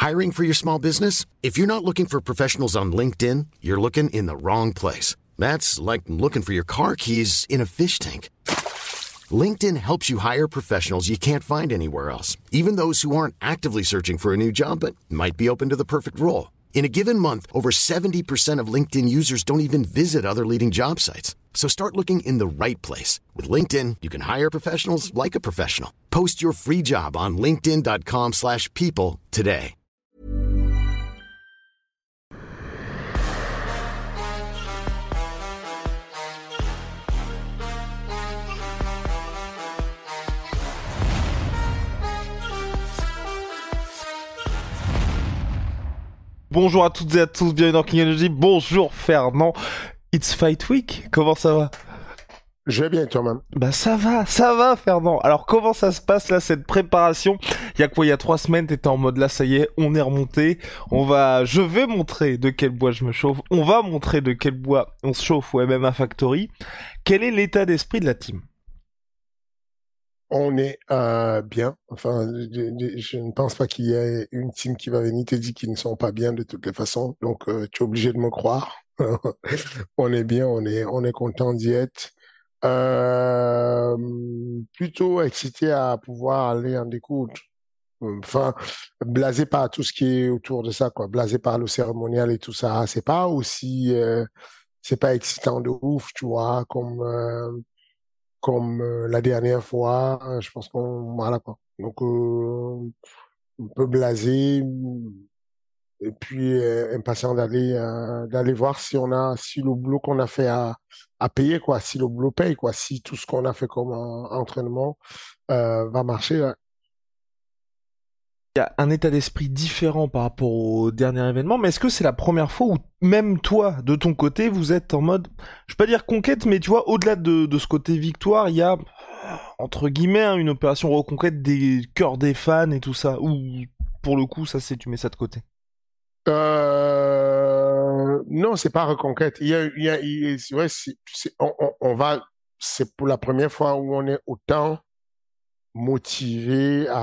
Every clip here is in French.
Hiring for your small business? If you're not looking for professionals on LinkedIn, you're looking in the wrong place. That's like looking for your car keys in a fish tank. LinkedIn helps you hire professionals you can't find anywhere else, even those who aren't actively searching for a new job but might be open to the perfect role. In a given month, over 70% of LinkedIn users don't even visit other leading job sites. So start looking in the right place. With LinkedIn, you can hire professionals like a professional. Post your free job on linkedin.com/people today. Bonjour à toutes et à tous, bienvenue dans King Energy. Bonjour Fernand, it's Fight Week, comment ça va? Je vais bien toi-même. Bah ça va Fernand. Alors comment ça se passe là, cette préparation? Il y a 3 semaines, t'étais en mode là, ça y est, on est remonté. Je vais montrer de quel bois je me chauffe. On va montrer de quel bois on se chauffe au MMA Factory. Quel est l'état d'esprit de la team? On est bien. Enfin, je ne pense pas qu'il y ait une team qui va venir te dire qu'ils ne sont pas bien de toutes les façons. Donc, tu es obligé de me croire. On est bien, on est content d'y être. Plutôt excité à pouvoir aller en découdre. Enfin, blasé par tout ce qui est autour de ça, quoi. Blasé par le cérémonial et tout ça. C'est pas aussi, c'est pas excitant de ouf, tu vois, comme la dernière fois. Je pense qu'on, voilà, quoi. Donc, un peu blasé et puis impatient d'aller voir si le boulot qu'on a fait à payer, quoi, si le boulot paye, quoi, si tout ce qu'on a fait comme entraînement va marcher. Ouais. Il y a un état d'esprit différent par rapport au dernier événement, mais est-ce que c'est la première fois où même toi, de ton côté, vous êtes en mode, je vais pas dire conquête, mais tu vois, au-delà de ce côté victoire, il y a, entre guillemets, une opération reconquête des cœurs des fans et tout ça, ou pour le coup, ça c'est, tu mets ça de côté? Non, c'est pas reconquête. C'est vrai, on va, c'est pour la première fois où on est autant motivé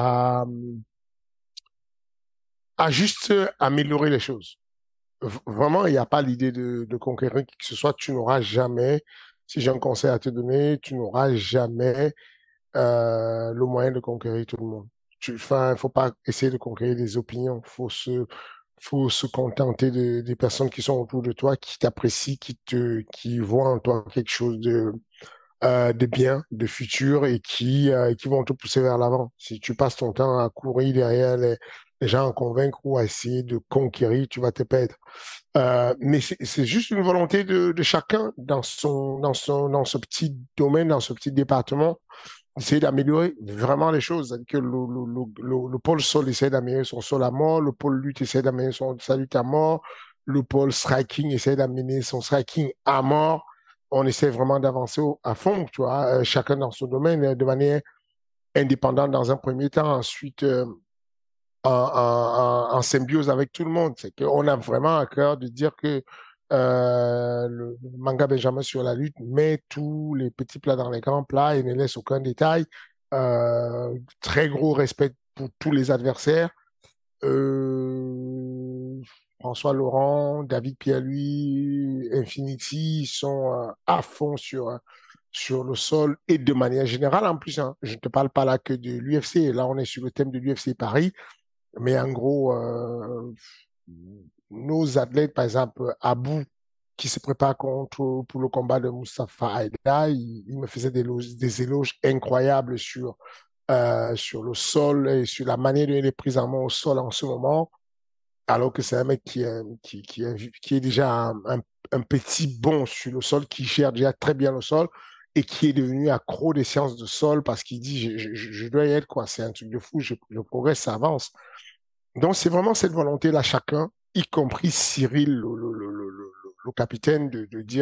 à juste améliorer les choses. Vraiment, il n'y a pas l'idée de conquérir qui que ce soit. Tu n'auras jamais, si j'ai un conseil à te donner, tu n'auras jamais le moyen de conquérir tout le monde. Enfin, faut pas essayer de conquérir des opinions. Faut se contenter des personnes qui sont autour de toi, qui t'apprécient, qui voient en toi quelque chose de bien, de futur et qui vont te pousser vers l'avant. Si tu passes ton temps à courir derrière les gens à convaincre ou à essayer de conquérir, tu vas te perdre. Mais c'est juste une volonté de chacun dans ce petit domaine, dans ce petit département, essayer d'améliorer vraiment les choses. Que le pôle sol essaie d'améliorer son sol à mort, le pôle lutte essaie d'améliorer sa lutte à mort, le pôle striking essaie d'amener son striking à mort. On essaie vraiment d'avancer à fond, tu vois, chacun dans son domaine, de manière indépendante dans un premier temps, ensuite en symbiose avec tout le monde. C'est qu'on a vraiment à cœur de dire que le manga Benjamin sur la lutte met tous les petits plats dans les grands plats et ne laisse aucun détail. Très gros respect pour tous les adversaires. François Laurent, David Pierre-Louis, Infinity sont à fond sur le sol et de manière générale en plus. Hein. Je ne te parle pas là que de l'UFC. Là, on est sur le thème de l'UFC Paris. Mais en gros, nos athlètes, par exemple, Abou, qui se prépare pour le combat de Moustapha Aïda, il me faisait des éloges incroyables sur le sol et sur la manière de les prises en main au sol en ce moment, alors que c'est un mec qui est déjà un petit bon sur le sol, qui gère déjà très bien le sol et qui est devenu accro des séances de sol parce qu'il dit je dois y être, quoi. C'est un truc de fou, je progresse, ça avance. Donc, c'est vraiment cette volonté-là, chacun, y compris Cyril, le capitaine, de dire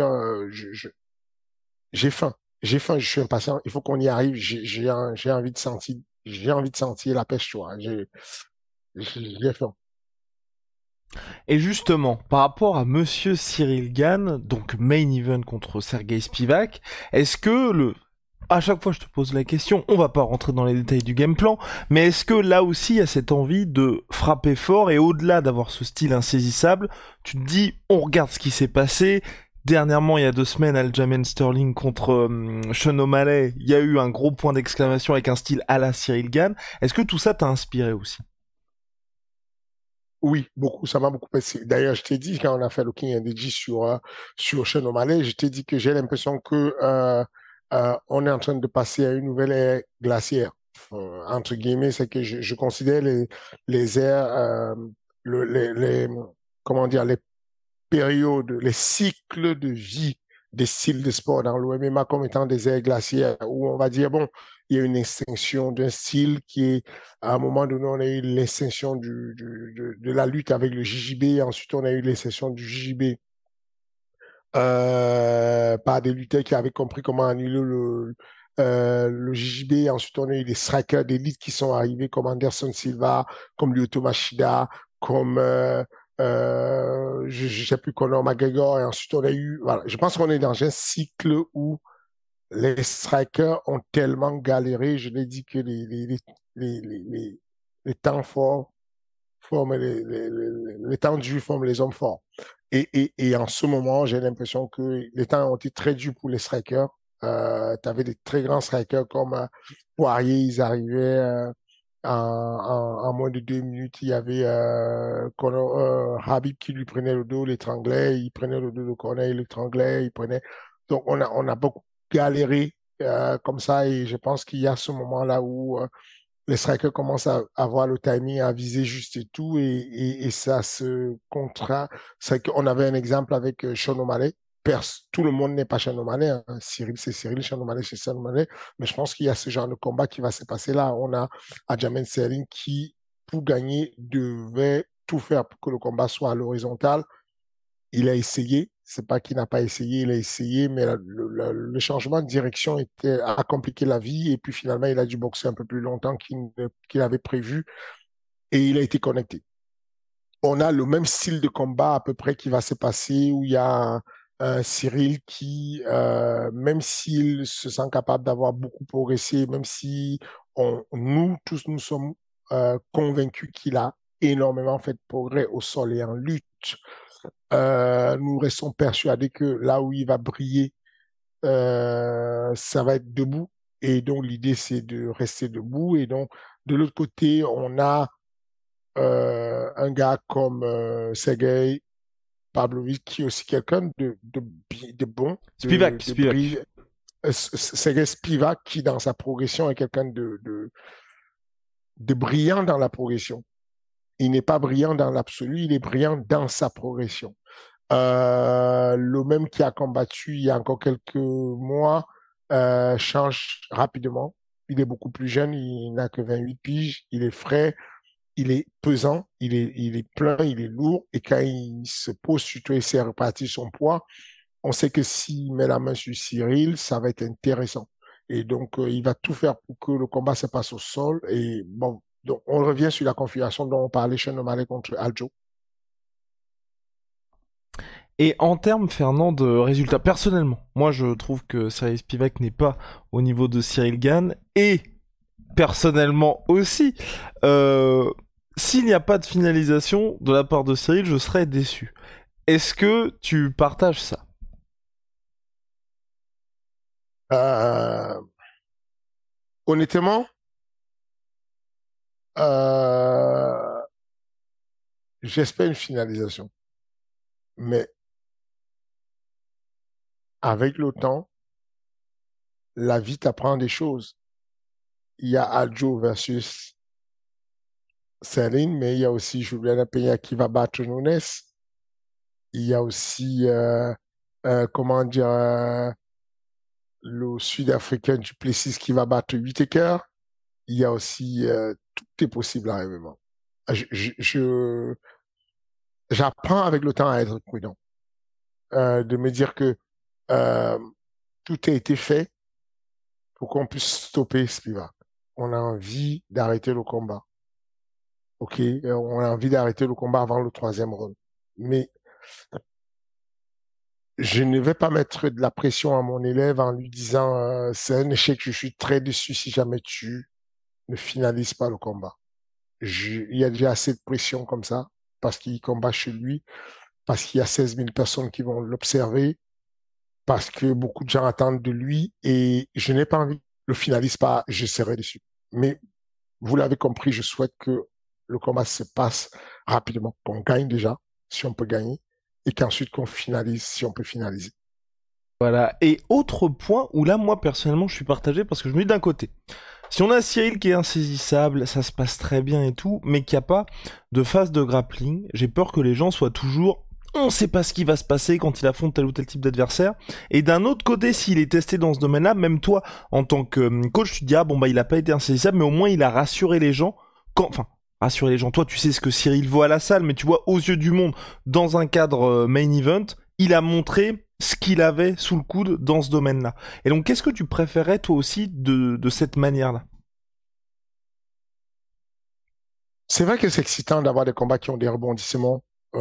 j'ai faim, je suis impatient, il faut qu'on y arrive, j'ai envie de sentir la pêche, tu vois, j'ai faim. Et justement, par rapport à Monsieur Cyril Gane, donc main event contre Sergei Spivak, est-ce que à chaque fois je te pose la question, on va pas rentrer dans les détails du game plan, mais est-ce que là aussi il y a cette envie de frapper fort et au-delà d'avoir ce style insaisissable, tu te dis on regarde ce qui s'est passé. Dernièrement, il y a 2 semaines, Aljamain Sterling contre Sean O'Malley, il y a eu un gros point d'exclamation avec un style à la Cyril Gane. Est-ce que tout ça t'a inspiré aussi? Oui, beaucoup, ça m'a beaucoup passé. D'ailleurs, je t'ai dit, quand on a fait le King and the G sur Sean O'Malley, je t'ai dit que j'ai l'impression que on est en train de passer à une nouvelle ère glaciaire. Entre guillemets, c'est que je considère les ères, comment dire, les périodes, les cycles de vie des styles de sport dans l'OMMA comme étant des ères glaciaires où on va dire, bon, il y a une extinction d'un style qui est, à un moment donné, on a eu l'extinction de la lutte avec le JJB, ensuite on a eu l'extinction du JJB par des lutteurs qui avaient compris comment annuler le JJB. Ensuite, on a eu des strikers d'élite qui sont arrivés comme Anderson Silva, comme Lyoto Machida, comme je ne sais plus Conor McGregor. Et ensuite, on a eu, voilà, je pense qu'on est dans un cycle où les strikers ont tellement galéré, je l'ai dit que les temps forts forment les temps durs forment les hommes forts. Et en ce moment, j'ai l'impression que les temps ont été très durs pour les strikers. Tu avais des très grands strikers comme Poirier, ils arrivaient en moins de 2 minutes. Il y avait Habib qui lui prenait le dos, l'étranglait, il prenait le dos de Conor, il l'étranglait, il prenait. Donc on a beaucoup galéré comme ça et je pense qu'il y a ce moment-là où les strikers commencent à avoir le timing, à viser juste et tout, et ça se contrat. C'est qu'on avait un exemple avec Sean O'Malley. Tout le monde n'est pas Sean O'Malley, hein. Cyril, c'est Cyril, Sean O'Malley, c'est Sean O'Malley. Mais je pense qu'il y a ce genre de combat qui va se passer là. On a Aljamain Sterling qui, pour gagner, devait tout faire pour que le combat soit à l'horizontale. Il a essayé, c'est pas qu'il n'a pas essayé, il a essayé, mais le changement de direction a compliqué la vie et puis finalement il a dû boxer un peu plus longtemps qu'il avait prévu et il a été connecté. On a le même style de combat à peu près qui va se passer où il y a un Cyril qui, même s'il se sent capable d'avoir beaucoup progressé, même si nous tous nous sommes convaincus qu'il a énormément fait de progrès au sol et en lutte, nous restons persuadés que là où il va briller, ça va être debout. Et donc, l'idée, c'est de rester debout. Et donc, de l'autre côté, on a un gars comme Sergei Pavlovich, qui est aussi quelqu'un de bon, Spivak, de Spivak. brillant. Sergei Spivak, qui dans sa progression est quelqu'un de brillant dans la progression. Il n'est pas brillant dans l'absolu, il est brillant dans sa progression. Le même qui a combattu il y a encore quelques mois change rapidement. Il est beaucoup plus jeune, il n'a que 28 piges, il est frais, il est pesant, il est plein, il est lourd. Et quand il se pose sur toi et s'est réparti son poids, on sait que s'il met la main sur Cyril, ça va être intéressant. Et donc, il va tout faire pour que le combat se passe au sol. Et bon, donc on revient sur la configuration dont on parlait chez O'Malley contre Aljo. Et en termes, Fernand, de résultats, personnellement, moi je trouve que Cyril Spivak n'est pas au niveau de Cyril Gane, et personnellement aussi, s'il n'y a pas de finalisation de la part de Cyril, je serais déçu. Est-ce que tu partages ça? Euh, Honnêtement, euh, j'espère une finalisation. Mais avec le temps, la vie t'apprend des choses. Il y a Aljo versus Céline, mais il y a aussi Juliana Peña qui va battre Nunes. Il y a aussi, comment dire, le Sud-Africain du Plessis qui va battre Whittaker. Il y a aussi, tout est possible à rêver. J'apprends avec le temps à être prudent, de me dire que euh, tout a été fait pour qu'on puisse stopper Spivak. On a envie d'arrêter le combat. OK? On a envie d'arrêter le combat avant le troisième round. Mais je ne vais pas mettre de la pression à mon élève en lui disant c'est un échec, je suis très déçu si jamais tu ne finalises pas le combat. Il y a déjà assez de pression comme ça parce qu'il combat chez lui, parce qu'il y a 16 000 personnes qui vont l'observer, parce que beaucoup de gens attendent de lui et je n'ai pas envie. Le finalise pas, je serai déçu. Mais vous l'avez compris, je souhaite que le combat se passe rapidement, qu'on gagne déjà, si on peut gagner, et qu'ensuite qu'on finalise, si on peut finaliser. Voilà. Et autre point où là, moi, personnellement, je suis partagé parce que je me dis d'un côté, si on a Cyril qui est insaisissable, ça se passe très bien et tout, mais qu'il n'y a pas de phase de grappling, j'ai peur que les gens soient toujours on sait pas ce qui va se passer quand il affronte tel ou tel type d'adversaire. Et d'un autre côté, s'il est testé dans ce domaine-là, même toi, en tant que coach, tu te dis, ah bon, bah, il a pas été insaisissable, mais au moins, il a rassuré les gens enfin, rassurer les gens. Toi, tu sais ce que Cyril voit à la salle, mais tu vois, aux yeux du monde, dans un cadre main event, il a montré ce qu'il avait sous le coude dans ce domaine-là. Et donc, qu'est-ce que tu préférais, toi aussi, de cette manière-là? C'est vrai que c'est excitant d'avoir des combats qui ont des rebondissements.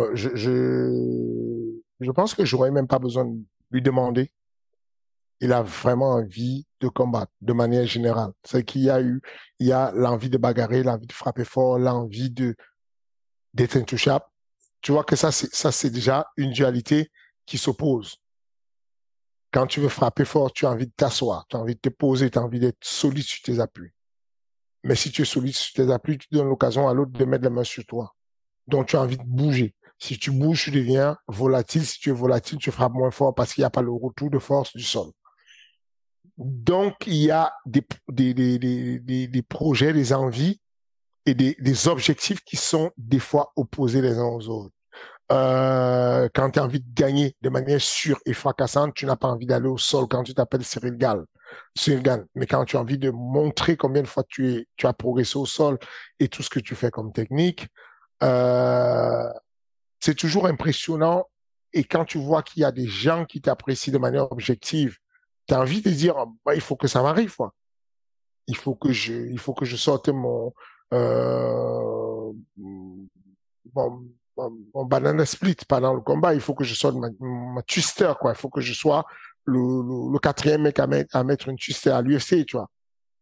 Je pense que j'aurais même pas besoin de lui demander. Il a vraiment envie de combattre de manière générale. C'est il y a l'envie de bagarrer, l'envie de frapper fort, l'envie d'être intouchable. Tu vois que ça, c'est déjà une dualité qui s'oppose. Quand tu veux frapper fort, tu as envie de t'asseoir, tu as envie de te poser, tu as envie d'être solide sur tes appuis. Mais si tu es solide sur tes appuis, tu donnes l'occasion à l'autre de mettre la main sur toi. Donc, tu as envie de bouger. Si tu bouges, tu deviens volatile. Si tu es volatile, tu frappes moins fort parce qu'il n'y a pas le retour de force du sol. Donc, il y a des projets, des envies et des objectifs qui sont des fois opposés les uns aux autres. Quand tu as envie de gagner de manière sûre et fracassante, tu n'as pas envie d'aller au sol quand tu t'appelles Cyril Gall. Cyril Gall. Mais quand tu as envie de montrer combien de fois tu as progressé au sol et tout ce que tu fais comme technique, euh, c'est toujours impressionnant. Et quand tu vois qu'il y a des gens qui t'apprécient de manière objective, tu as envie de dire, bah, il faut que ça m'arrive, quoi. Il faut que je sorte mon banana split pendant le combat. Il faut que je sorte ma twister, quoi. Il faut que je sois le quatrième mec à mettre une twister à l'UFC, tu vois.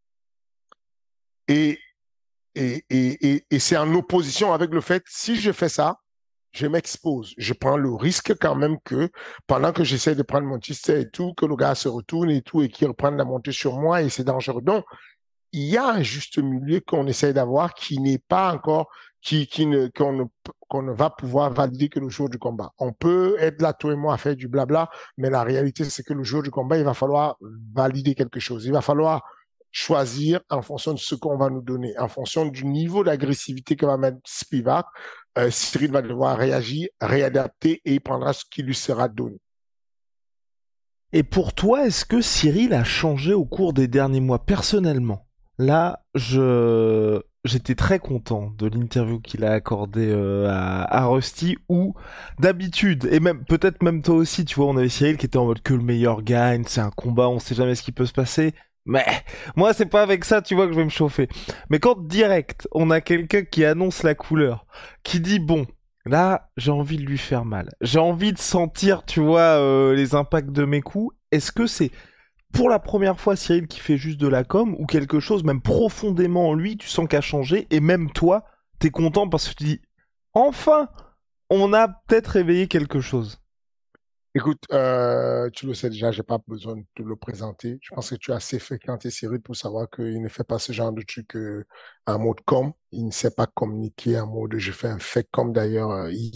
Et, et c'est en opposition avec le fait, si je fais ça, je m'expose. Je prends le risque quand même que pendant que j'essaie de prendre mon twister et tout, que le gars se retourne et tout et qu'il reprenne la montée sur moi et c'est dangereux. Donc, il y a un juste milieu qu'on essaie d'avoir qui n'est pas encore, qu'on ne va pouvoir valider que le jour du combat. On peut être là, toi et moi, à faire du blabla, mais la réalité, c'est que le jour du combat, il va falloir valider quelque chose. Il va falloir choisir en fonction de ce qu'on va nous donner, en fonction du niveau d'agressivité que va mettre Spivak. Cyril va devoir réagir, réadapter et il prendra ce qui lui sera donné. Et pour toi, est-ce que Cyril a changé au cours des derniers mois personnellement? Là, j'étais très content de l'interview qu'il a accordée à Rusty, où d'habitude, et même peut-être même toi aussi, tu vois, on avait Cyril qui était en mode que le meilleur gagne, c'est un combat, on sait jamais ce qui peut se passer. Mais moi, c'est pas avec ça, tu vois, que je vais me chauffer. Mais quand direct, on a quelqu'un qui annonce la couleur, qui dit bon, là, j'ai envie de lui faire mal. J'ai envie de sentir, tu vois, les impacts de mes coups. Est-ce que c'est pour la première fois Cyril qui fait juste de la com ou quelque chose même profondément en lui, tu sens qu'a changé et même toi, t'es content parce que tu dis enfin, on a peut-être réveillé quelque chose. Écoute, tu le sais déjà, j'ai pas besoin de te le présenter. Je pense que tu as assez fréquenté Cyril pour savoir qu'il ne fait pas ce genre de truc en mode com. Il ne sait pas communiquer en mode je fais un fake com. D'ailleurs,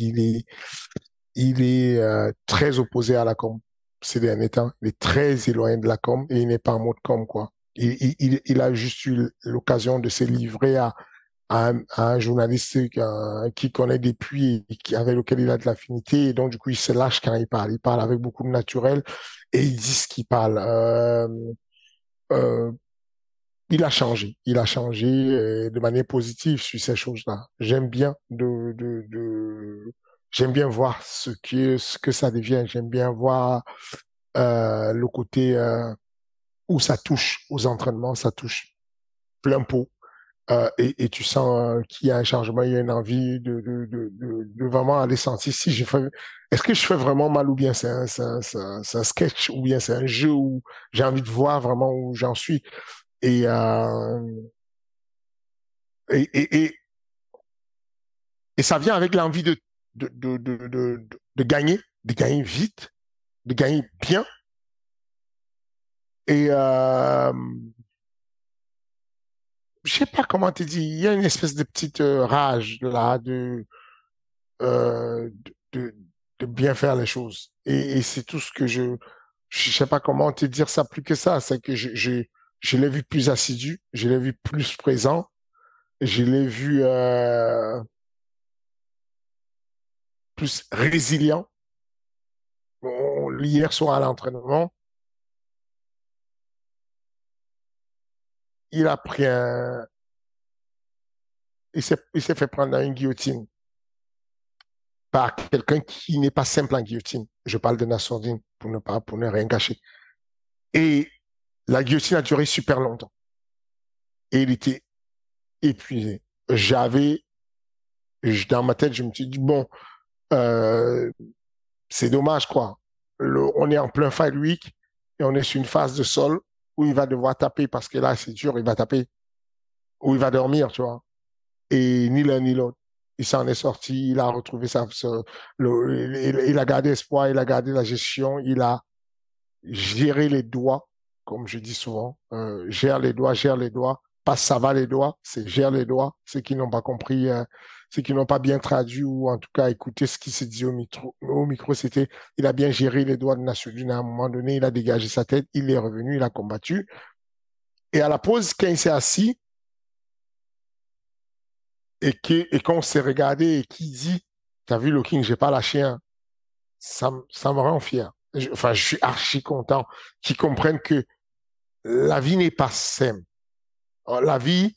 il est très opposé à la com ces derniers temps. Il est très éloigné de la com et il n'est pas en mode com, quoi. Il a juste eu l'occasion de se livrer à un journaliste qui connaît depuis et qui, avec lequel il a de l'affinité. Et donc, du coup, il se lâche quand il parle. Il parle avec beaucoup de naturel et il dit ce qu'il parle. Euh, il a changé. Il a changé de manière positive sur ces choses-là. J'aime bien voir ce que ça devient. J'aime bien voir le côté où ça touche aux entraînements, ça touche plein pot. et tu sens qu'il y a un changement, il y a une envie de vraiment aller sentir si est-ce que je fais vraiment mal ou bien c'est un sketch ou bien c'est un jeu où j'ai envie de voir vraiment où j'en suis. Et, euh, et, et, et, et ça vient avec l'envie de gagner vite, de gagner bien. Et je sais pas comment te dire, il y a une espèce de petite rage là euh, de, de, de bien faire les choses. Et c'est tout ce que je sais pas comment te dire ça plus que ça. C'est que je l'ai vu plus assidu, je l'ai vu plus présent, je l'ai vu plus résilient. Hier soir à l'entraînement, il a pris il s'est fait prendre dans une guillotine par quelqu'un qui n'est pas simple en guillotine. Je parle de Nassourdine pour ne rien gâcher. Et la guillotine a duré super longtemps. Et il était épuisé. Dans ma tête, je me suis dit, bon, euh, c'est dommage, quoi. On est en plein fight week et on est sur une phase de sol où il va devoir taper parce que là, c'est dur, il va taper, ou il va dormir, tu vois. Et ni l'un ni l'autre. Il s'en est sorti, il a retrouvé il a gardé espoir, il a gardé la gestion, il a géré les doigts, comme je dis souvent, gère les doigts, pas ça va les doigts, c'est gère les doigts, ceux qui n'ont pas compris, ceux qui n'ont pas bien traduit ou en tout cas écouté ce qui s'est dit au micro, c'était, il a bien géré les doigts de Nassourdine à un moment donné, il a dégagé sa tête, il est revenu, il a combattu. Et à la pause, quand il s'est assis et qu'on s'est regardé et qui dit, t'as vu, le King, j'ai pas lâché un, ça me rend fier. Enfin, je suis archi content qu'ils comprennent que la vie n'est pas simple. La vie,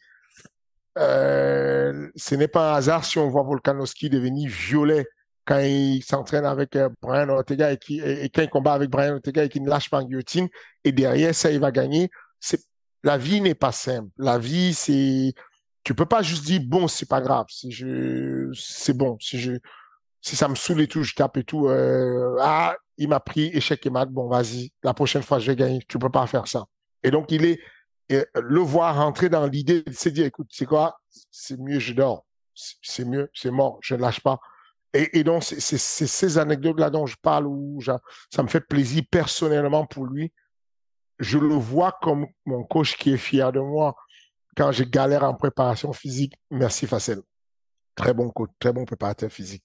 ce n'est pas un hasard si on voit Volkanovski devenir violet quand il s'entraîne avec Brian Ortega et quand il combat avec Brian Ortega et qu'il ne lâche pas en guillotine et derrière ça, il va gagner. La vie n'est pas simple. La vie, tu peux pas juste dire, bon, c'est pas grave. C'est bon. Si ça me saoule et tout, je tape et tout. Il m'a pris échec et mat. Bon, vas-y. La prochaine fois, je vais gagner. Tu peux pas faire ça. Et donc, le voir rentrer dans l'idée de se dire, écoute, c'est quoi? C'est mieux, je dors. C'est mieux, c'est mort. Je ne lâche pas. Et donc, c'est ces anecdotes-là dont je parle où ça me fait plaisir personnellement pour lui. Je le vois comme mon coach qui est fier de moi quand je galère en préparation physique. Merci, Facel. Très bon coach, très bon préparateur physique.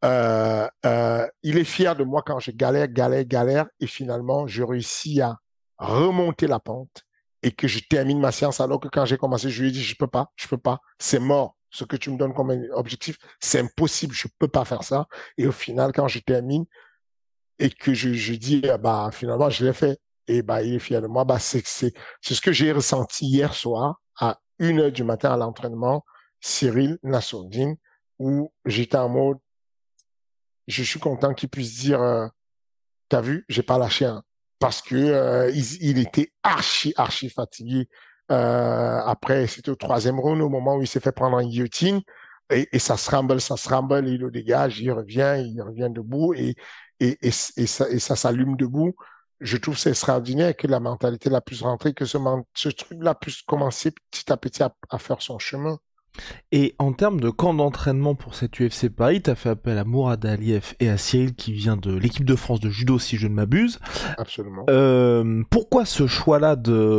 Il est fier de moi quand je galère, et finalement, je réussis à remonter la pente et que je termine ma séance, alors que quand j'ai commencé, je lui ai dit, je peux pas, c'est mort. Ce que tu me donnes comme objectif, c'est impossible, je peux pas faire ça. Et au final, quand je termine et que je dis, bah, finalement, je l'ai fait, et bah, il est fier de moi, bah, c'est ce que j'ai ressenti hier soir à 1 heure du matin à l'entraînement, Cyril Nassourdine, où j'étais en mode, je suis content qu'il puisse dire, t'as vu, j'ai pas lâché un. Parce que il était archi fatigué. Après, c'était au 3e round, au moment où il s'est fait prendre en guillotine. Et ça se ramble, il le dégage, il revient debout et ça s'allume debout. Je trouve que c'est extraordinaire que la mentalité la plus rentrée, que ce truc-là puisse commencer petit à petit à faire son chemin. Et en termes de camp d'entraînement pour cette UFC Paris, t'as fait appel à Mourad Aliev et à Cyril qui vient de l'équipe de France de judo si je ne m'abuse. Absolument. Pourquoi ce choix-là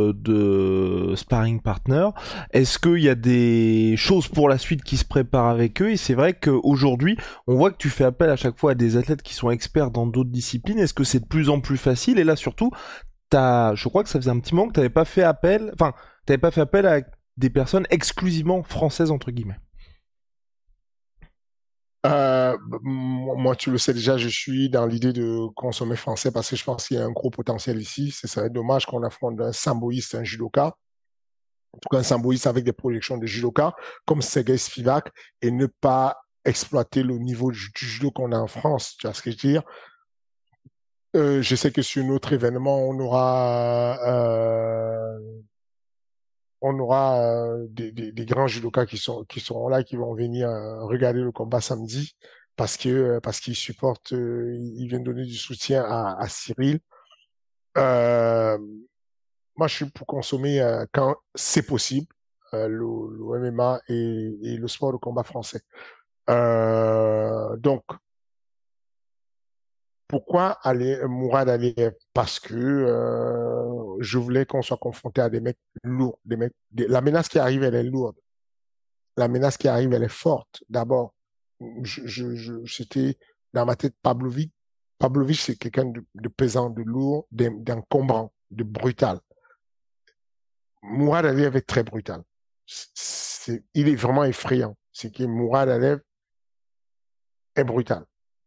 de sparring partner? Est-ce qu'il y a des choses pour la suite qui se préparent avec eux? Et c'est vrai qu'aujourd'hui, on voit que tu fais appel à chaque fois à des athlètes qui sont experts dans d'autres disciplines. Est-ce que c'est de plus en plus facile? Et là surtout, je crois que ça faisait un petit moment que t'avais pas fait appel à des personnes exclusivement françaises entre guillemets. Moi, tu le sais déjà, je suis dans l'idée de consommer français parce que je pense qu'il y a un gros potentiel ici. Ce serait dommage qu'on affronte un samboïste, un judoka, en tout cas un samboïste avec des projections de judoka, comme Sergei Spivak, et ne pas exploiter le niveau du judo qu'on a en France. Tu vois ce que je veux dire? Je sais que sur notre événement, on aura on aura des grands judokas qui seront là, qui vont venir regarder le combat samedi parce qu'ils supportent, ils viennent donner du soutien à Cyril. Euh, Moi, je suis pour consommer quand c'est possible le MMA et le sport de combat français. Donc, pourquoi Mourad Aliyev? Parce que je voulais qu'on soit confronté à des mecs lourds, la menace qui arrive, elle est lourde. La menace qui arrive, elle est forte. D'abord, c'était dans ma tête Pavlovich. Pavlovich, c'est quelqu'un de pesant, de lourd, d'encombrant, de brutal. Mourad Aliyev est très brutal. Il est vraiment effrayant. C'est que Mourad Aliyev est brutal.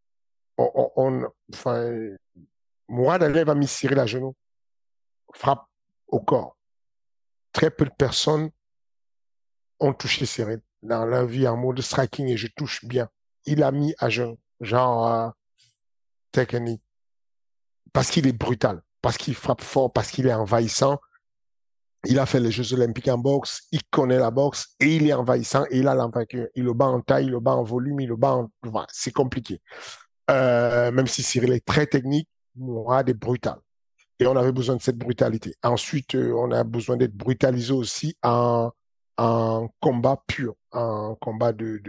Enfin, Mourad Aliyev a mis Cyril à genoux, frappe au corps. Très peu de personnes ont touché Cyril dans leur vie en mode striking et je touche bien. Il a mis à genoux, genre technique, parce qu'il est brutal, parce qu'il frappe fort, parce qu'il est envahissant. Il a fait les Jeux Olympiques en boxe, il connaît la boxe et il est envahissant et il a l'envainqueur. Il le bat en taille, il le bat en volume, il le bat en... Voilà, c'est compliqué. Même si Cyril est très technique, Mourad est brutal. Et on avait besoin de cette brutalité. Ensuite, on a besoin d'être brutalisé aussi en combat pur, en combat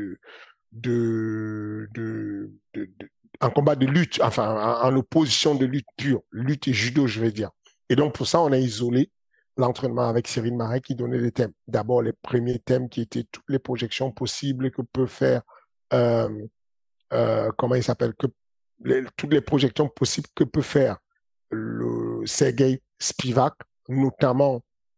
en combat de lutte, enfin, en opposition de lutte pure, lutte et judo, je vais dire. Et donc, pour ça, on a isolé l'entraînement avec Cyril Marais qui donnait des thèmes. D'abord, les premiers thèmes qui étaient toutes les projections possibles que peut faire, euh, comment il s'appelle, toutes les projections possibles que peut faire le Sergei Spivak, notamment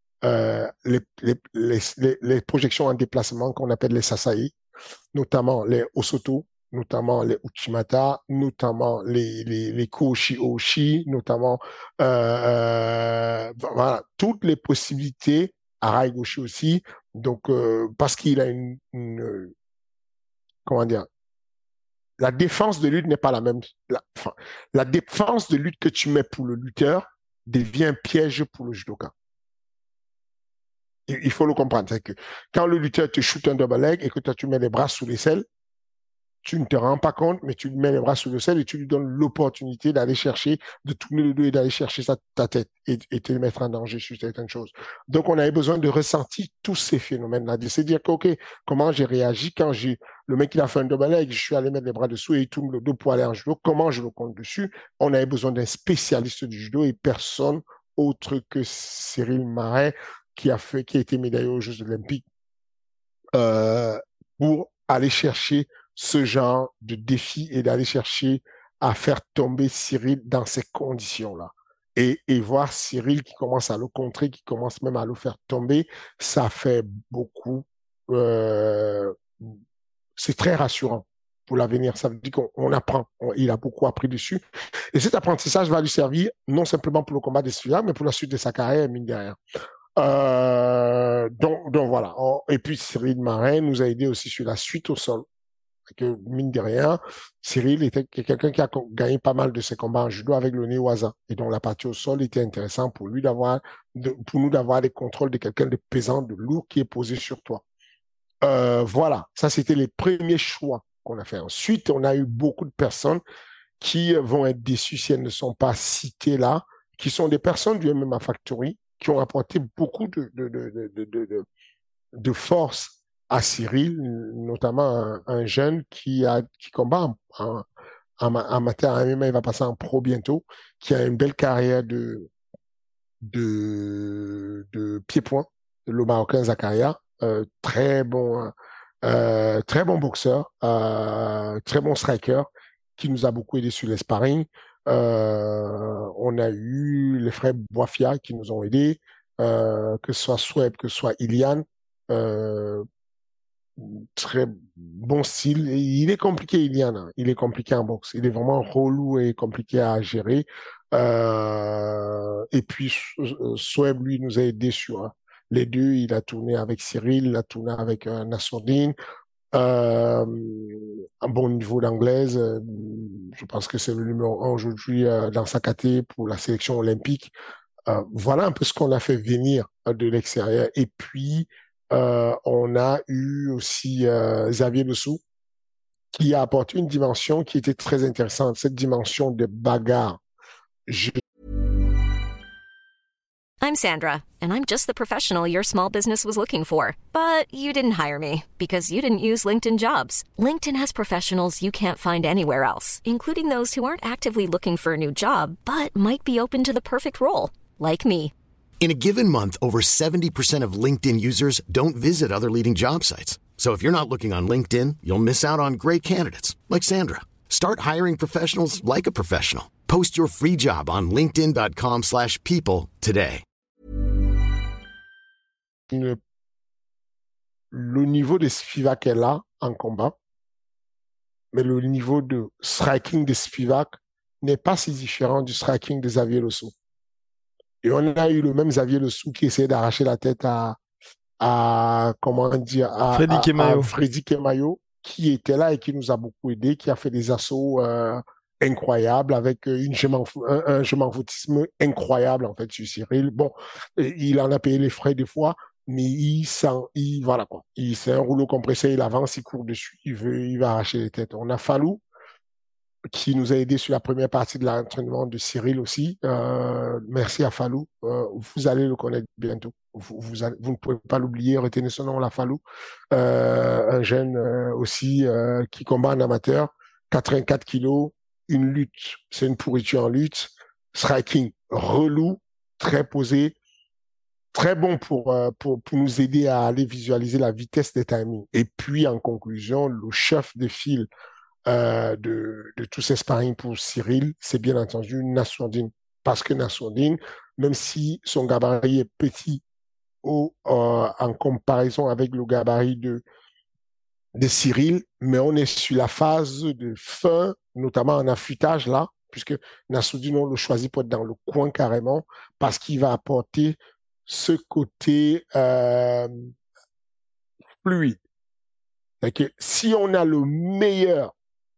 les projections en déplacement qu'on appelle les Sasai, notamment les Osoto, notamment les Uchimata, notamment les Koshi Oshi, notamment voilà, toutes les possibilités, Araigoshi aussi, donc parce qu'il a comment dire, la défense de lutte n'est pas la même. Enfin, la défense de lutte que tu mets pour le lutteur devient un piège pour le judoka. Il faut le comprendre. C'est que quand le lutteur te shoot un double leg et que toi tu mets les bras sous les selles, tu ne te rends pas compte, mais tu lui mets les bras sous le sel et tu lui donnes l'opportunité d'aller chercher, de tourner le dos et d'aller chercher ta tête et te mettre en danger sur certaines choses. Donc, on avait besoin de ressentir tous ces phénomènes-là, de se dire que, OK, comment j'ai réagi quand le mec, il a fait un double leg, je suis allé mettre les bras dessous et il tourne le dos pour aller en judo, comment je le compte dessus? On avait besoin d'un spécialiste du judo et personne autre que Cyril Marais qui a été médaillé aux Jeux Olympiques euh, pour aller chercher ce genre de défi et d'aller chercher à faire tomber Cyril dans ces conditions-là. Et voir Cyril qui commence à le contrer, qui commence même à le faire tomber, ça fait beaucoup. Euh, c'est très rassurant pour l'avenir. Ça veut dire qu'on apprend. Il a beaucoup appris dessus. Et cet apprentissage va lui servir non simplement pour le combat des Sphères, mais pour la suite de sa carrière, mine de rien. Donc voilà. Et puis Cyril Marais nous a aidé aussi sur la suite au sol. Que, mine de rien, Cyril était quelqu'un qui a gagné pas mal de ses combats en judo avec le Newaza. Et donc la partie au sol était intéressante pour lui pour nous d'avoir des contrôles de quelqu'un de pesant, de lourd qui est posé sur toi. Voilà. Ça, c'était les premiers choix qu'on a fait. Ensuite, on a eu beaucoup de personnes qui vont être déçues si elles ne sont pas citées là, qui sont des personnes du MMA Factory qui ont apporté beaucoup de force à Cyril, notamment un jeune qui combat en matière MMA, il va passer en pro bientôt, qui a une belle carrière de pied-point, le Marocain Zakaria, très bon boxeur, très bon striker, qui nous a beaucoup aidé sur les sparring. On a eu les frères Boifia qui nous ont aidés, que ce soit Sweb, que ce soit Iliane. Euh, Très bon style. Et il est compliqué, Iliane. Il est compliqué en boxe. Il est vraiment relou et compliqué à gérer. Et puis, Sweb, lui, nous a aidés sur les deux. Il a tourné avec Cyril, il a tourné avec Nassourdine. Un bon niveau d'anglaise. Je pense que c'est le numéro 1 aujourd'hui dans sa caté pour la sélection olympique. Voilà un peu ce qu'on a fait venir de l'extérieur. Et puis, on a eu aussi Xavier Dessous, qui a apporté une dimension qui était très intéressante, cette dimension de bagarre. Je I'm Sandra, and I'm just the professional your small business was looking for. But you didn't hire me because you didn't use LinkedIn Jobs. LinkedIn has professionals you can't find anywhere else, including those who aren't actively looking for a new job, but might be open to the perfect role, like me. In a given month, over 70% of LinkedIn users don't visit other leading job sites. So if you're not looking on LinkedIn, you'll miss out on great candidates like Sandra. Start hiring professionals like a professional. Post your free job on linkedin.com/people today. Le niveau de Spivak est là en combat, mais le niveau de striking de Spivak n'est pas si différent du striking de Xavier Dessous. Et on a eu le même Xavier Dessous qui essayait d'arracher la tête comment dire, à Freddy Kemayo, qui était là et qui nous a beaucoup aidé, qui a fait des assauts incroyables avec un je m'en foutisme incroyable en fait sur Cyril. Bon, il en a payé les frais des fois, mais voilà quoi. C'est un rouleau compressé, il avance, il court dessus, il va arracher les têtes. On a Fallou, qui nous a aidé sur la première partie de l'entraînement de Cyril aussi. Merci à Fallou. Vous allez le connaître bientôt. Vous ne pouvez pas l'oublier. Retenez son nom, la Fallou. Un jeune aussi qui combat en amateur. 84 kilos, une lutte. C'est une pourriture en lutte. Striking relou, très posé. Très bon pour nous aider à aller visualiser la vitesse des timings. Et puis, en conclusion, le chef de file de tous ces sparring pour Cyril, c'est bien entendu Nassourdine. Parce que Nassourdine, même si son gabarit est petit en comparaison avec le gabarit de Cyril, mais on est sur la phase de fin, notamment en affûtage là, puisque Nassourdine, on le choisit pour être dans le coin carrément, parce qu'il va apporter ce côté fluide. C'est que si on a le meilleur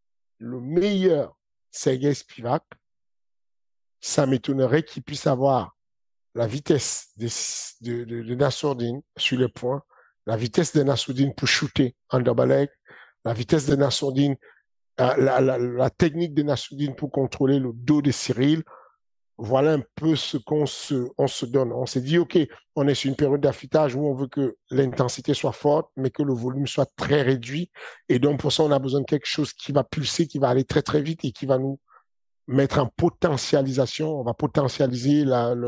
Sergei Spivak, ça m'étonnerait qu'il puisse avoir la vitesse de Nassourdine sur les points, la vitesse de Nassourdine pour shooter en double leg, la vitesse de Nassourdine, la technique de Nassourdine pour contrôler le dos de Cyril. Voilà un peu ce qu'on se donne. On s'est dit, OK, on est sur une période d'affûtage où on veut que l'intensité soit forte, mais que le volume soit très réduit. Et donc, pour ça, on a besoin de quelque chose qui va pulser, qui va aller très, très vite et qui va nous mettre en potentialisation. On va potentialiser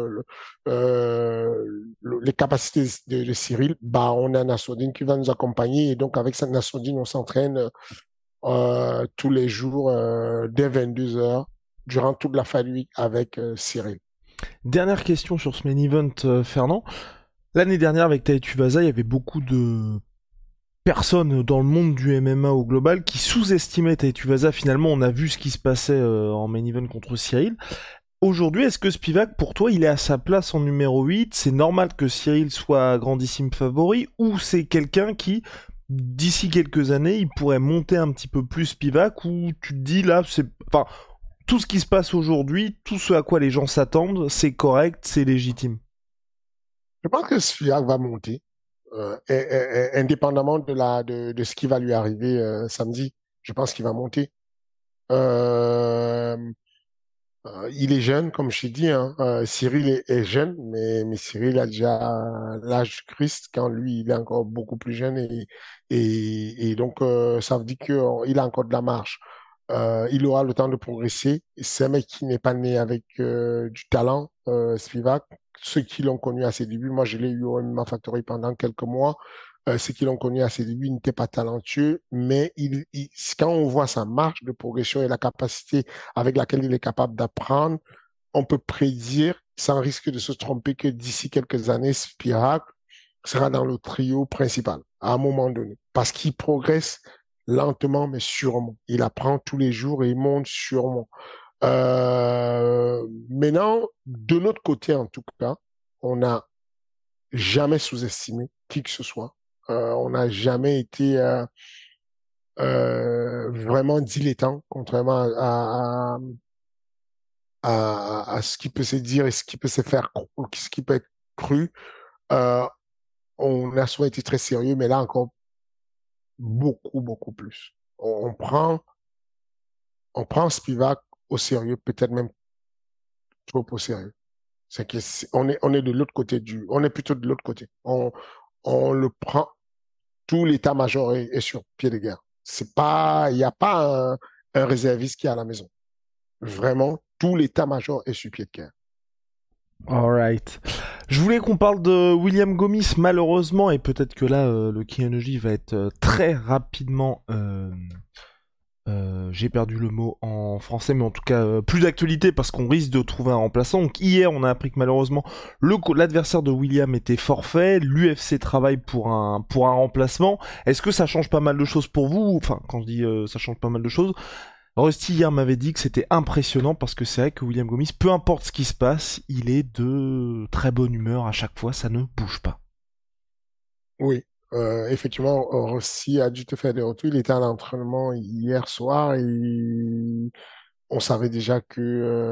les capacités de Cyril. Bah, on a Nassourdine qui va nous accompagner. Et donc, avec cette Nassourdine, on s'entraîne tous les jours dès 22h. Durant toute la Fight Week avec Cyril. Dernière question sur ce main event, Fernand. L'année dernière, avec Tai Tuivasa, il y avait beaucoup de personnes dans le monde du MMA au global qui sous-estimaient Tai Tuivasa. Finalement, on a vu ce qui se passait en main event contre Cyril. Aujourd'hui, est-ce que Spivak, pour toi, il est à sa place en numéro 8 ? C'est normal que Cyril soit grandissime favori ? Ou c'est quelqu'un qui, d'ici quelques années, il pourrait monter un petit peu plus Spivak ? Ou tu te dis, là, c'est... Enfin, tout ce qui se passe aujourd'hui, tout ce à quoi les gens s'attendent, c'est correct, c'est légitime. Je pense que Spivak va monter, indépendamment de ce qui va lui arriver samedi. Je pense qu'il va monter. Il est jeune, comme je t'ai dit. Cyril est jeune, mais Cyril a déjà l'âge du Christ quand lui, il est encore beaucoup plus jeune. Et donc, ça veut dire qu'il a encore de la marge. Il aura le temps de progresser. C'est un mec qui n'est pas né avec du talent, Spivak. Ceux qui l'ont connu à ses débuts, moi je l'ai eu au MMA Factory pendant quelques mois, ceux qui l'ont connu à ses débuts, il n'était pas talentueux, mais quand on voit sa marche de progression et la capacité avec laquelle il est capable d'apprendre, on peut prédire, sans risque de se tromper, que d'ici quelques années, Spivak sera dans le trio principal, à un moment donné, parce qu'il progresse lentement mais sûrement. Il apprend tous les jours et il monte sûrement. Maintenant, de notre côté en tout cas, on n'a jamais sous-estimé qui que ce soit. On n'a jamais été vraiment dilettant, contrairement à ce qui peut se dire et ce qui peut se faire, ce qui peut être cru. Euh, on a souvent été très sérieux, mais là encore, beaucoup, beaucoup plus. On prend Spivak au sérieux, peut-être même trop au sérieux. On est de l'autre côté on est plutôt de l'autre côté. On le prend, tout l'état-major est sur pied de guerre. Il n'y a pas un réserviste qui est à la maison. Vraiment, tout l'état-major est sur pied de guerre. Alright. Je voulais qu'on parle de William Gomis, malheureusement, et peut-être que là, le Kyanoji va être très rapidement... j'ai perdu le mot en français, mais en tout cas, plus d'actualité parce qu'on risque de trouver un remplaçant. Donc hier, on a appris que malheureusement, l'adversaire de William était forfait, l'UFC travaille pour un remplacement. Est-ce que ça change pas mal de choses pour vous? Enfin, quand je dis ça change pas mal de choses, Rusty hier m'avait dit que c'était impressionnant parce que c'est vrai que William Gomis, peu importe ce qui se passe, il est de très bonne humeur à chaque fois, ça ne bouge pas. Oui, effectivement, Rossi a dû te faire des retours. Il était à l'entraînement hier soir et on savait déjà que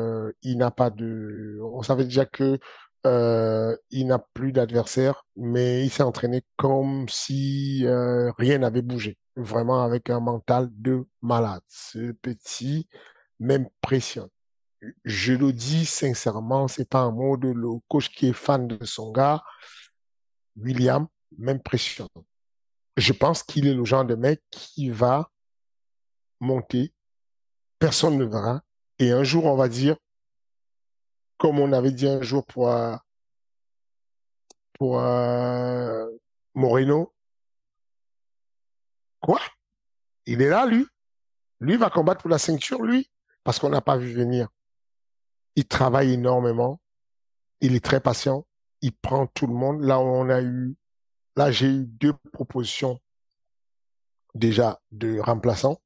on savait déjà que il n'a plus d'adversaire, mais il s'est entraîné comme si rien n'avait bougé, vraiment avec un mental de malade. Ce petit m'impressionne. Je le dis sincèrement, c'est pas un mot de le coach qui est fan de son gars, William, m'impressionne. Je pense qu'il est le genre de mec qui va monter, personne ne verra, et un jour on va dire, comme on avait dit un jour pour Moreno, quoi? Il est là, lui. Lui va combattre pour la ceinture, lui, parce qu'on n'a pas vu venir. Il travaille énormément, il est très patient, il prend tout le monde. Là j'ai eu 2 propositions déjà de remplaçants,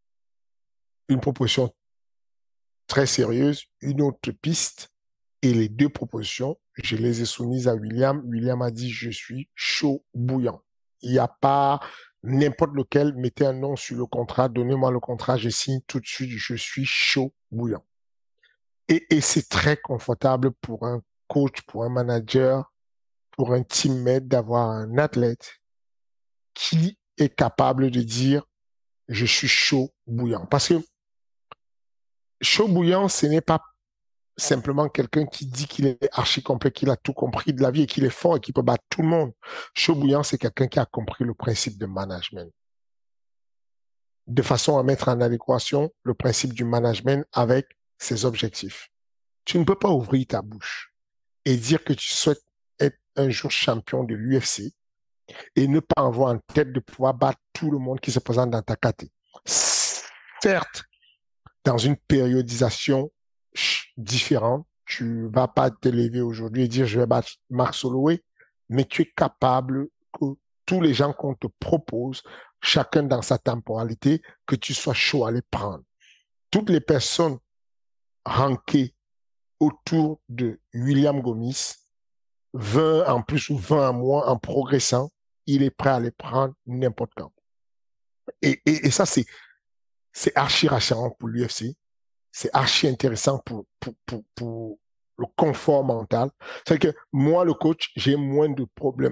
une proposition très sérieuse, une autre piste, et les 2 propositions, je les ai soumises à William. William a dit, je suis chaud bouillant. Il n'y a pas n'importe lequel, mettez un nom sur le contrat, donnez-moi le contrat, je signe tout de suite, je suis chaud bouillant. Et c'est très confortable pour un coach, pour un manager, pour un teammate d'avoir un athlète qui est capable de dire, je suis chaud bouillant. Parce que chaud bouillant, ce n'est pas simplement quelqu'un qui dit qu'il est archi complet, qu'il a tout compris de la vie et qu'il est fort et qu'il peut battre tout le monde. Chaud bouillant, c'est quelqu'un qui a compris le principe de management. De façon à mettre en adéquation le principe du management avec ses objectifs. Tu ne peux pas ouvrir ta bouche et dire que tu souhaites être un jour champion de l'UFC et ne pas avoir en tête de pouvoir battre tout le monde qui se présente dans ta catégorie. Certes, dans une périodisation différente, tu vas pas te lever aujourd'hui et dire je vais battre Max Holloway, mais tu es capable que tous les gens qu'on te propose, chacun dans sa temporalité, que tu sois chaud à les prendre. Toutes les personnes rankées autour de William Gomis, 20 en plus ou 20 en moins, en progressant, il est prêt à les prendre n'importe quand. Et ça, c'est archi rassurant pour l'UFC. C'est archi intéressant pour le confort mental. C'est que moi, le coach, j'ai moins de problèmes,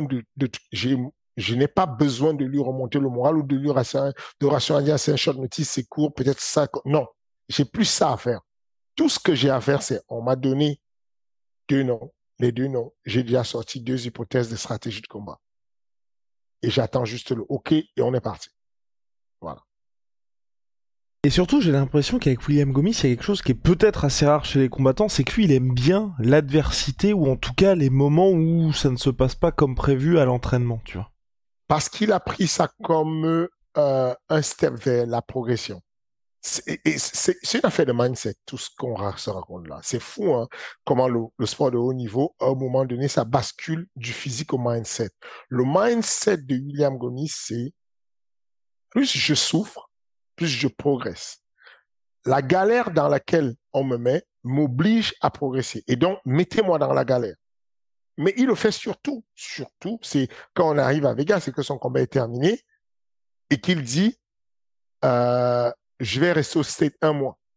je n'ai pas besoin de lui remonter le moral ou de lui rationaliser, c'est un short notice, c'est court, peut-être ça. Non, j'ai plus ça à faire. Tout ce que j'ai à faire, c'est, on m'a donné 2 noms, les 2 noms. J'ai déjà sorti 2 hypothèses de stratégie de combat. Et j'attends juste le OK et on est parti. Voilà. Et surtout, j'ai l'impression qu'avec William Gomis, il y a quelque chose qui est peut-être assez rare chez les combattants, c'est que lui, il aime bien l'adversité, ou en tout cas les moments où ça ne se passe pas comme prévu à l'entraînement, tu vois. Parce qu'il a pris ça comme un step vers la progression. C'est une affaire de mindset, tout ce qu'on se raconte là. C'est fou, hein, comment le sport de haut niveau, à un moment donné, ça bascule du physique au mindset. Le mindset de William Gomis, c'est plus je souffre, plus je progresse. La galère dans laquelle on me met m'oblige à progresser. Et donc, mettez-moi dans la galère. Mais il le fait surtout, c'est quand on arrive à Vegas, c'est que son combat est terminé et qu'il dit, je vais rester au stade 1 mois.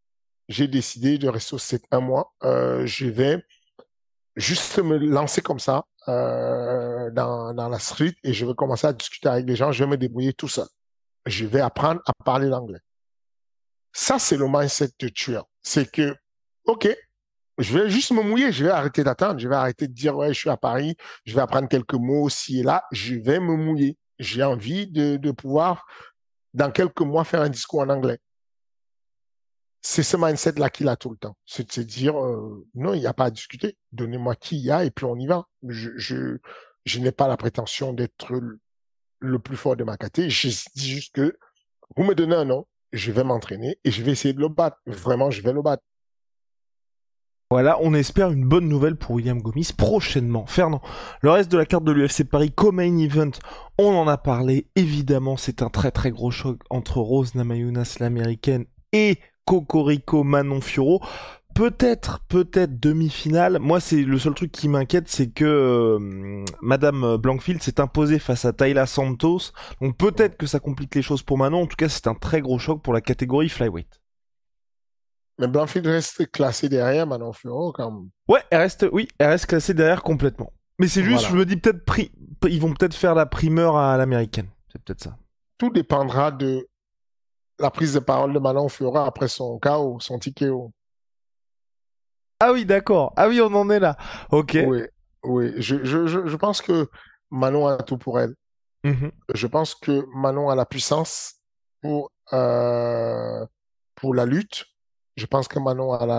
j'ai décidé de rester au set un mois. Je vais juste me lancer comme ça dans la street et je vais commencer à discuter avec les gens. Je vais me débrouiller tout seul. Je vais apprendre à parler l'anglais. Ça, c'est le mindset de tueur. C'est que, OK, je vais juste me mouiller, je vais arrêter d'attendre, je vais arrêter de dire, ouais, je suis à Paris, je vais apprendre quelques mots ci et là, je vais me mouiller. J'ai envie de pouvoir, dans quelques mois, faire un discours en anglais. C'est ce mindset-là qu'il a tout le temps. C'est de se dire, non, il n'y a pas à discuter. Donnez-moi qui il y a et puis on y va. Je n'ai pas la prétention d'être le plus fort de ma catégorie. Je dis juste que vous me donnez un nom, je vais m'entraîner et je vais essayer de le battre. Vraiment, je vais le battre. Voilà, on espère une bonne nouvelle pour William Gomis prochainement. Fernand, le reste de la carte de l'UFC Paris co-main event, on en a parlé. Évidemment, c'est un très très gros choc entre Rose Namajunas, l'américaine, et Cocorico Manon Fiorot. Peut-être demi-finale. Moi, c'est le seul truc qui m'inquiète, c'est que Madame Blankfield s'est imposée face à Tayla Santos. Donc peut-être que ça complique les choses pour Manon. En tout cas, c'est un très gros choc pour la catégorie flyweight. Mais Blanfield reste classé derrière Manon Fiorot quand même. Ouais, elle reste classée derrière complètement. Mais c'est juste, Voilà. je me dis peut-être ils vont peut-être faire la primeur à l'américaine. C'est peut-être ça. Tout dépendra de la prise de parole de Manon Fiorot après son KO, son TKO. Ah oui, d'accord. Ah oui, on en est là. Ok. Oui, oui. Je pense que Manon a tout pour elle. Mhm. Je pense que Manon a la puissance pour, euh, pour la lutte. Je pense que Manon a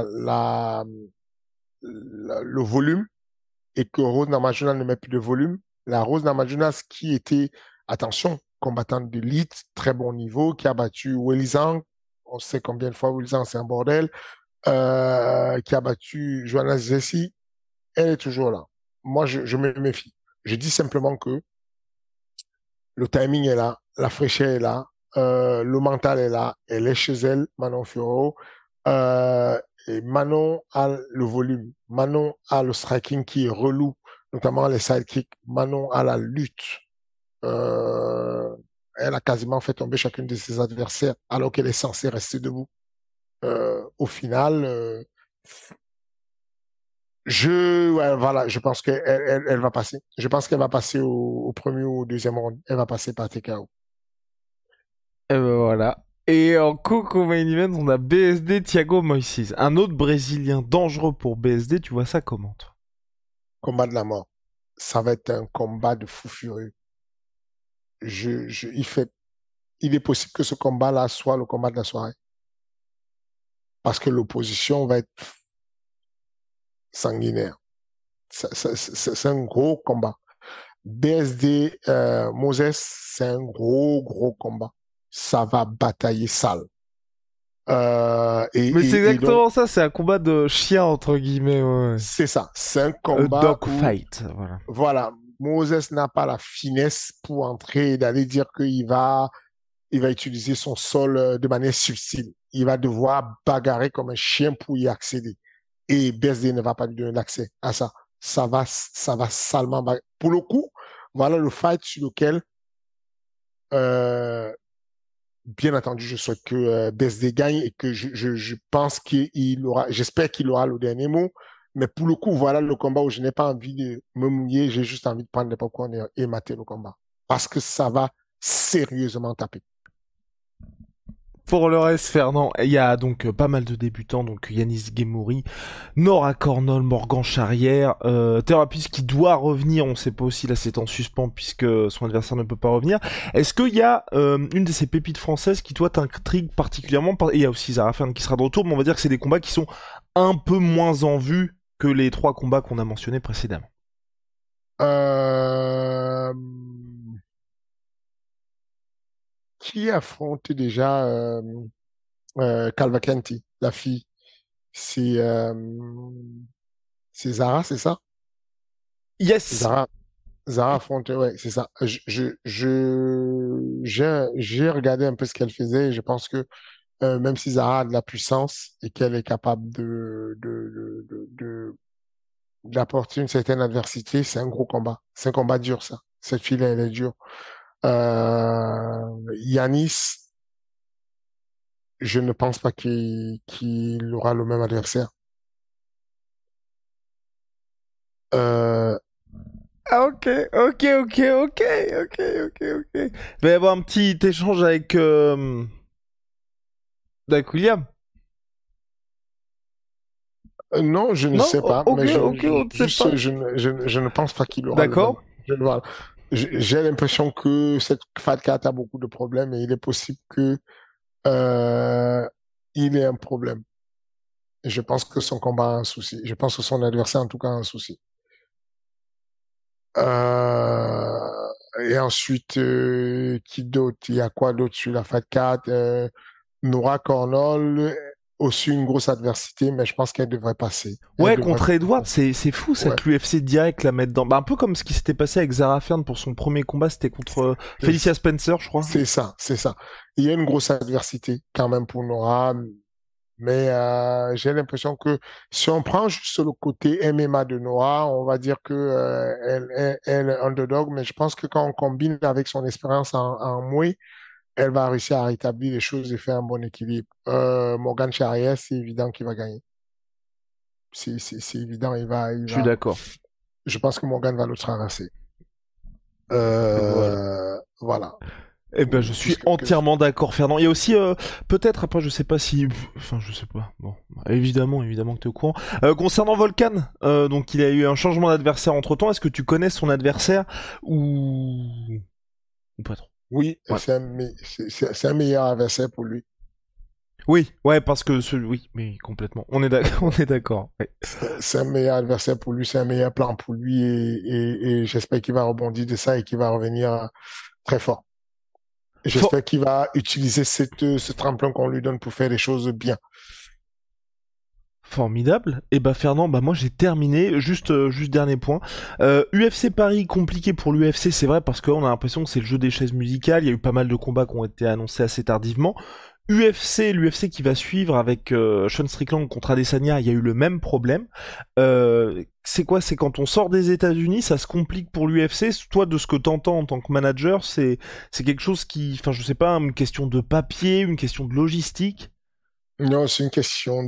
le volume et que Rose Namajunas ne met plus de volume. La Rose Namajunas qui était, attention, combattante d'élite, très bon niveau, qui a battu Weili. On sait combien de fois Weili c'est un bordel. Qui a battu Joanna Zessi. Elle est toujours là. Moi, je me méfie. Je dis simplement que le timing est là, la fraîcheur est là, le mental est là, elle est chez elle, Manon Fiorot. Et Manon a le volume, Manon a le striking qui est relou, notamment les sidekicks. Manon a la lutte. Euh, Elle a quasiment fait tomber chacune de ses adversaires alors qu'elle est censée rester debout. Au final, ouais, voilà, je pense qu'elle va passer. Je pense qu'elle va passer au premier ou au deuxième round. Elle va passer par TKO. Et ben voilà. Et en co-main event, on a BSD Thiago Moises. Un autre Brésilien dangereux pour BSD. Tu vois ça comment, toi? Combat de la mort. Ça va être un combat de fou furieux. Il est possible que ce combat-là soit le combat de la soirée. Parce que l'opposition va être sanguinaire. C'est un gros combat. BSD Moses, c'est un gros combat. Ça va batailler sale. Mais c'est Et donc, exactement ça, c'est un combat de chien, entre guillemets. Ouais. c'est ça. C'est un combat Dog où, fight, voilà. voilà, Moses n'a pas la finesse pour entrer et d'aller dire il va utiliser son sol de manière subtile. Il va devoir bagarrer comme un chien pour y accéder. Et BSD ne va pas lui donner l'accès à ça. Ça va salement bagarrer. Pour le coup, voilà le fight sur lequel, euh, bien entendu, je souhaite que BSD gagne et que je pense j'espère qu'il aura le dernier mot. Mais pour le coup, voilà le combat où je n'ai pas envie de me mouiller, j'ai juste envie de prendre des popcorn et mater le combat. Parce que ça va sérieusement taper. Pour le reste, Fernand, il y a donc pas mal de débutants, donc Yanis Gemouri, Nora Cornol, Morgan Charrière, Thérapis qui doit revenir, on sait pas aussi, là c'est en suspens puisque son adversaire ne peut pas revenir. Est-ce qu'il y a une de ces pépites françaises qui toi t'intrigue particulièrement, et il y a aussi Zara Fern qui sera de retour, mais on va dire que c'est des combats qui sont un peu moins en vue que les 3 combats qu'on a mentionnés précédemment. Qui affronte déjà Calvacanti, la fille? C'est c'est Zara, c'est ça? Yes. Zara affronte, ouais, c'est ça. J'ai regardé un peu ce qu'elle faisait et je pense que même si Zara a de la puissance et qu'elle est capable d'apporter une certaine adversité, c'est un gros combat. C'est un combat dur, ça. Cette fille-là, elle est dure. Yanis, je ne pense pas qu'il aura le même adversaire. Ah, ok. Il va y avoir un petit échange avec William. Non, je ne Non, sais pas, mais on ne sait juste, pas. je ne pense pas qu'il aura le même. D'accord. Voilà. J'ai l'impression que cette Fat Cat a beaucoup de problèmes et il est possible que il ait un problème. Je pense que son combat a un souci. Je pense que son adversaire, en tout cas, a un souci. Et ensuite, qui d'autre? Il y a quoi d'autre sur la Fat Cat? Nora Cornell, aussi une grosse adversité, mais je pense qu'elle devrait passer. Ouais, contre Edward, c'est fou ça, Ouais. que l'UFC direct la mette dans. Bah, un peu comme ce qui s'était passé avec Zara Fern pour son premier combat, c'était contre Felicia Spencer, je crois. C'est ça. Il y a une grosse adversité quand même pour Nora, mais j'ai l'impression que si on prend juste le côté MMA de Nora, on va dire que elle est underdog, mais je pense que quand on combine avec son expérience en Muay, elle va réussir à rétablir les choses et faire un bon équilibre. Morgan Charrière, c'est évident qu'il va gagner. C'est évident, Je suis d'accord. Je pense que Morgan va le traverser. Voilà. Eh ben, je suis entièrement d'accord, Fernand. Il y a aussi, peut-être, après, je sais pas si, enfin, je sais pas. Bon, évidemment que t'es au courant. Concernant Volkan, donc il a eu un changement d'adversaire entre temps. Est-ce que tu connais son adversaire ou pas trop? Oui, Ouais. c'est un meilleur adversaire pour lui. Oui, ouais, parce que oui, mais complètement. On est d'accord. Ouais. C'est un meilleur adversaire pour lui, c'est un meilleur plan pour lui et j'espère qu'il va rebondir de ça et qu'il va revenir très fort. J'espère qu'il va utiliser ce tremplin qu'on lui donne pour faire les choses bien. Formidable. Et bah Fernand, bah moi j'ai terminé. Juste dernier point. UFC Paris, compliqué pour l'UFC, c'est vrai, parce qu'on a l'impression que c'est le jeu des chaises musicales. Il y a eu pas mal de combats qui ont été annoncés assez tardivement. L'UFC qui va suivre avec Sean Strickland contre Adesanya, il y a eu le même problème. C'est quoi? C'est quand on sort des États-Unis, ça se complique pour l'UFC. Toi, de ce que t'entends en tant que manager, c'est quelque chose qui, enfin, je sais pas, une question de papier, une question de logistique. Non, c'est une question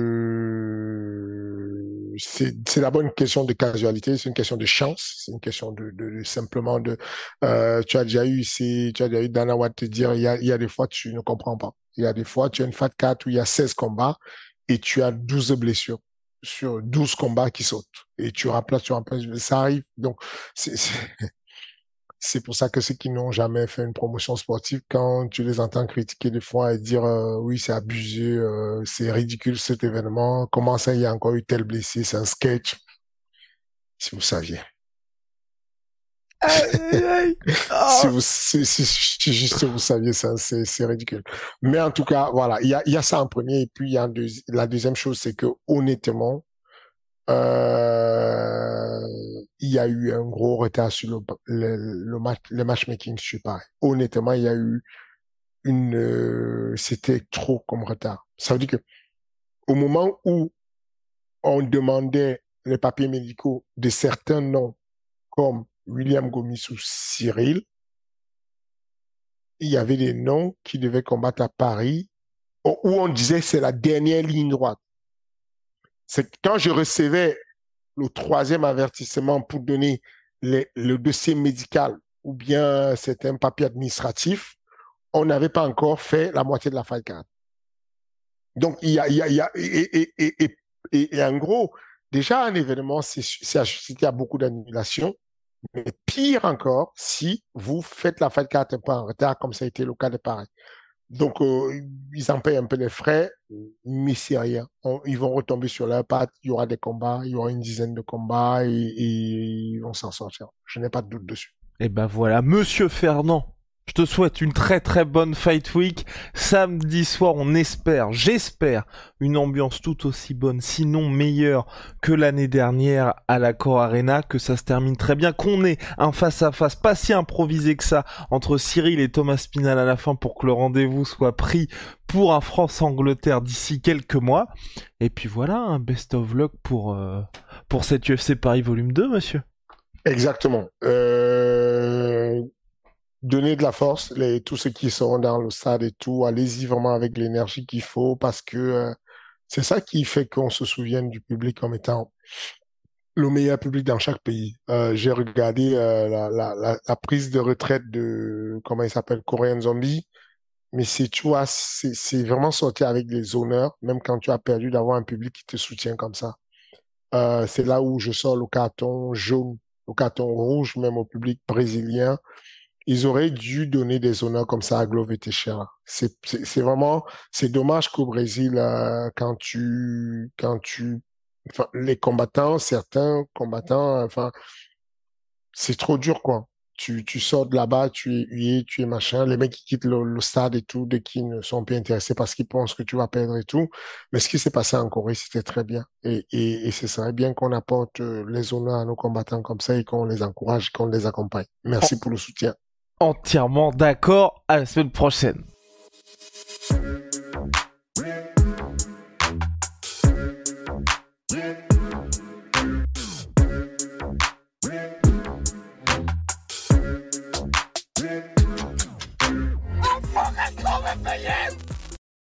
c'est d'abord une question de casualité, c'est une question de chance, c'est une question simplement tu as déjà eu Dana White te dire, il y a des fois tu ne comprends pas. Il y a des fois tu as une Fat Cat où il y a 16 combats et tu as 12 blessures sur 12 combats qui sautent. Et tu remplaces, ça arrive. Donc, c'est pour ça que ceux qui n'ont jamais fait une promotion sportive, quand tu les entends critiquer des fois et dire oui, c'est abusé, c'est ridicule cet événement, comment ça, il y a encore eu tel blessé, c'est un sketch. Si vous saviez. Si juste vous saviez ça, c'est ridicule. Mais en tout cas, voilà, il y a ça en premier. Et puis, la deuxième chose, c'est que honnêtement, il y a eu un gros retard sur le matchmaking sur Paris. Honnêtement, il y a eu c'était trop comme retard. Ça veut dire que au moment où on demandait les papiers médicaux de certains noms comme William Gomis ou Cyril, il y avait des noms qui devaient combattre à Paris où on disait que c'est la dernière ligne droite. C'est quand je recevais le troisième avertissement pour donner le dossier médical ou bien c'était un papier administratif, on n'avait pas encore fait la moitié de la Fight Card. Donc, il y a et en gros, déjà un événement, c'est associé à beaucoup d'annulations, mais pire encore, si vous faites la Fight Card un peu en retard, comme ça a été le cas de Paris. Donc, ils en payent un peu les frais, mais c'est rien. Ils vont retomber sur leur patte, il y aura des combats, il y aura une dizaine de combats et ils vont s'en sortir. Je n'ai pas de doute dessus. Et ben voilà, Monsieur Fernand, je te souhaite une très très bonne Fight Week. Samedi soir, j'espère, une ambiance tout aussi bonne, sinon meilleure que l'année dernière à l'Accor Arena, que ça se termine très bien, qu'on ait un face-à-face pas si improvisé que ça entre Cyril et Thomas Spinal à la fin pour que le rendez-vous soit pris pour un France-Angleterre d'ici quelques mois. Et puis voilà, un best of luck pour cette UFC Paris Volume 2, monsieur. Exactement. donner de la force, tous ceux qui seront dans le stade et tout, allez-y vraiment avec l'énergie qu'il faut parce que c'est ça qui fait qu'on se souvienne du public comme étant le meilleur public dans chaque pays. J'ai regardé la prise de retraite de, comment il s'appelle, Korean Zombie, mais tu vois, c'est vraiment sorti avec des honneurs, même quand tu as perdu d'avoir un public qui te soutient comme ça. C'est là où je sors le carton jaune, le carton rouge, même au public brésilien. Ils auraient dû donner des honneurs comme ça à Glover Teixeira. C'est vraiment, c'est dommage qu'au Brésil, enfin, les combattants, certains combattants, enfin, c'est trop dur, quoi. Tu sors de là-bas, tu es hué, tu es machin. Les mecs qui quittent le stade et tout, dès qu'ils ne sont plus intéressés parce qu'ils pensent que tu vas perdre et tout. Mais ce qui s'est passé en Corée, c'était très bien. Et ce serait bien qu'on apporte les honneurs à nos combattants comme ça et qu'on les encourage, qu'on les accompagne. Merci pour le soutien. Entièrement d'accord. À la semaine prochaine. Yeah.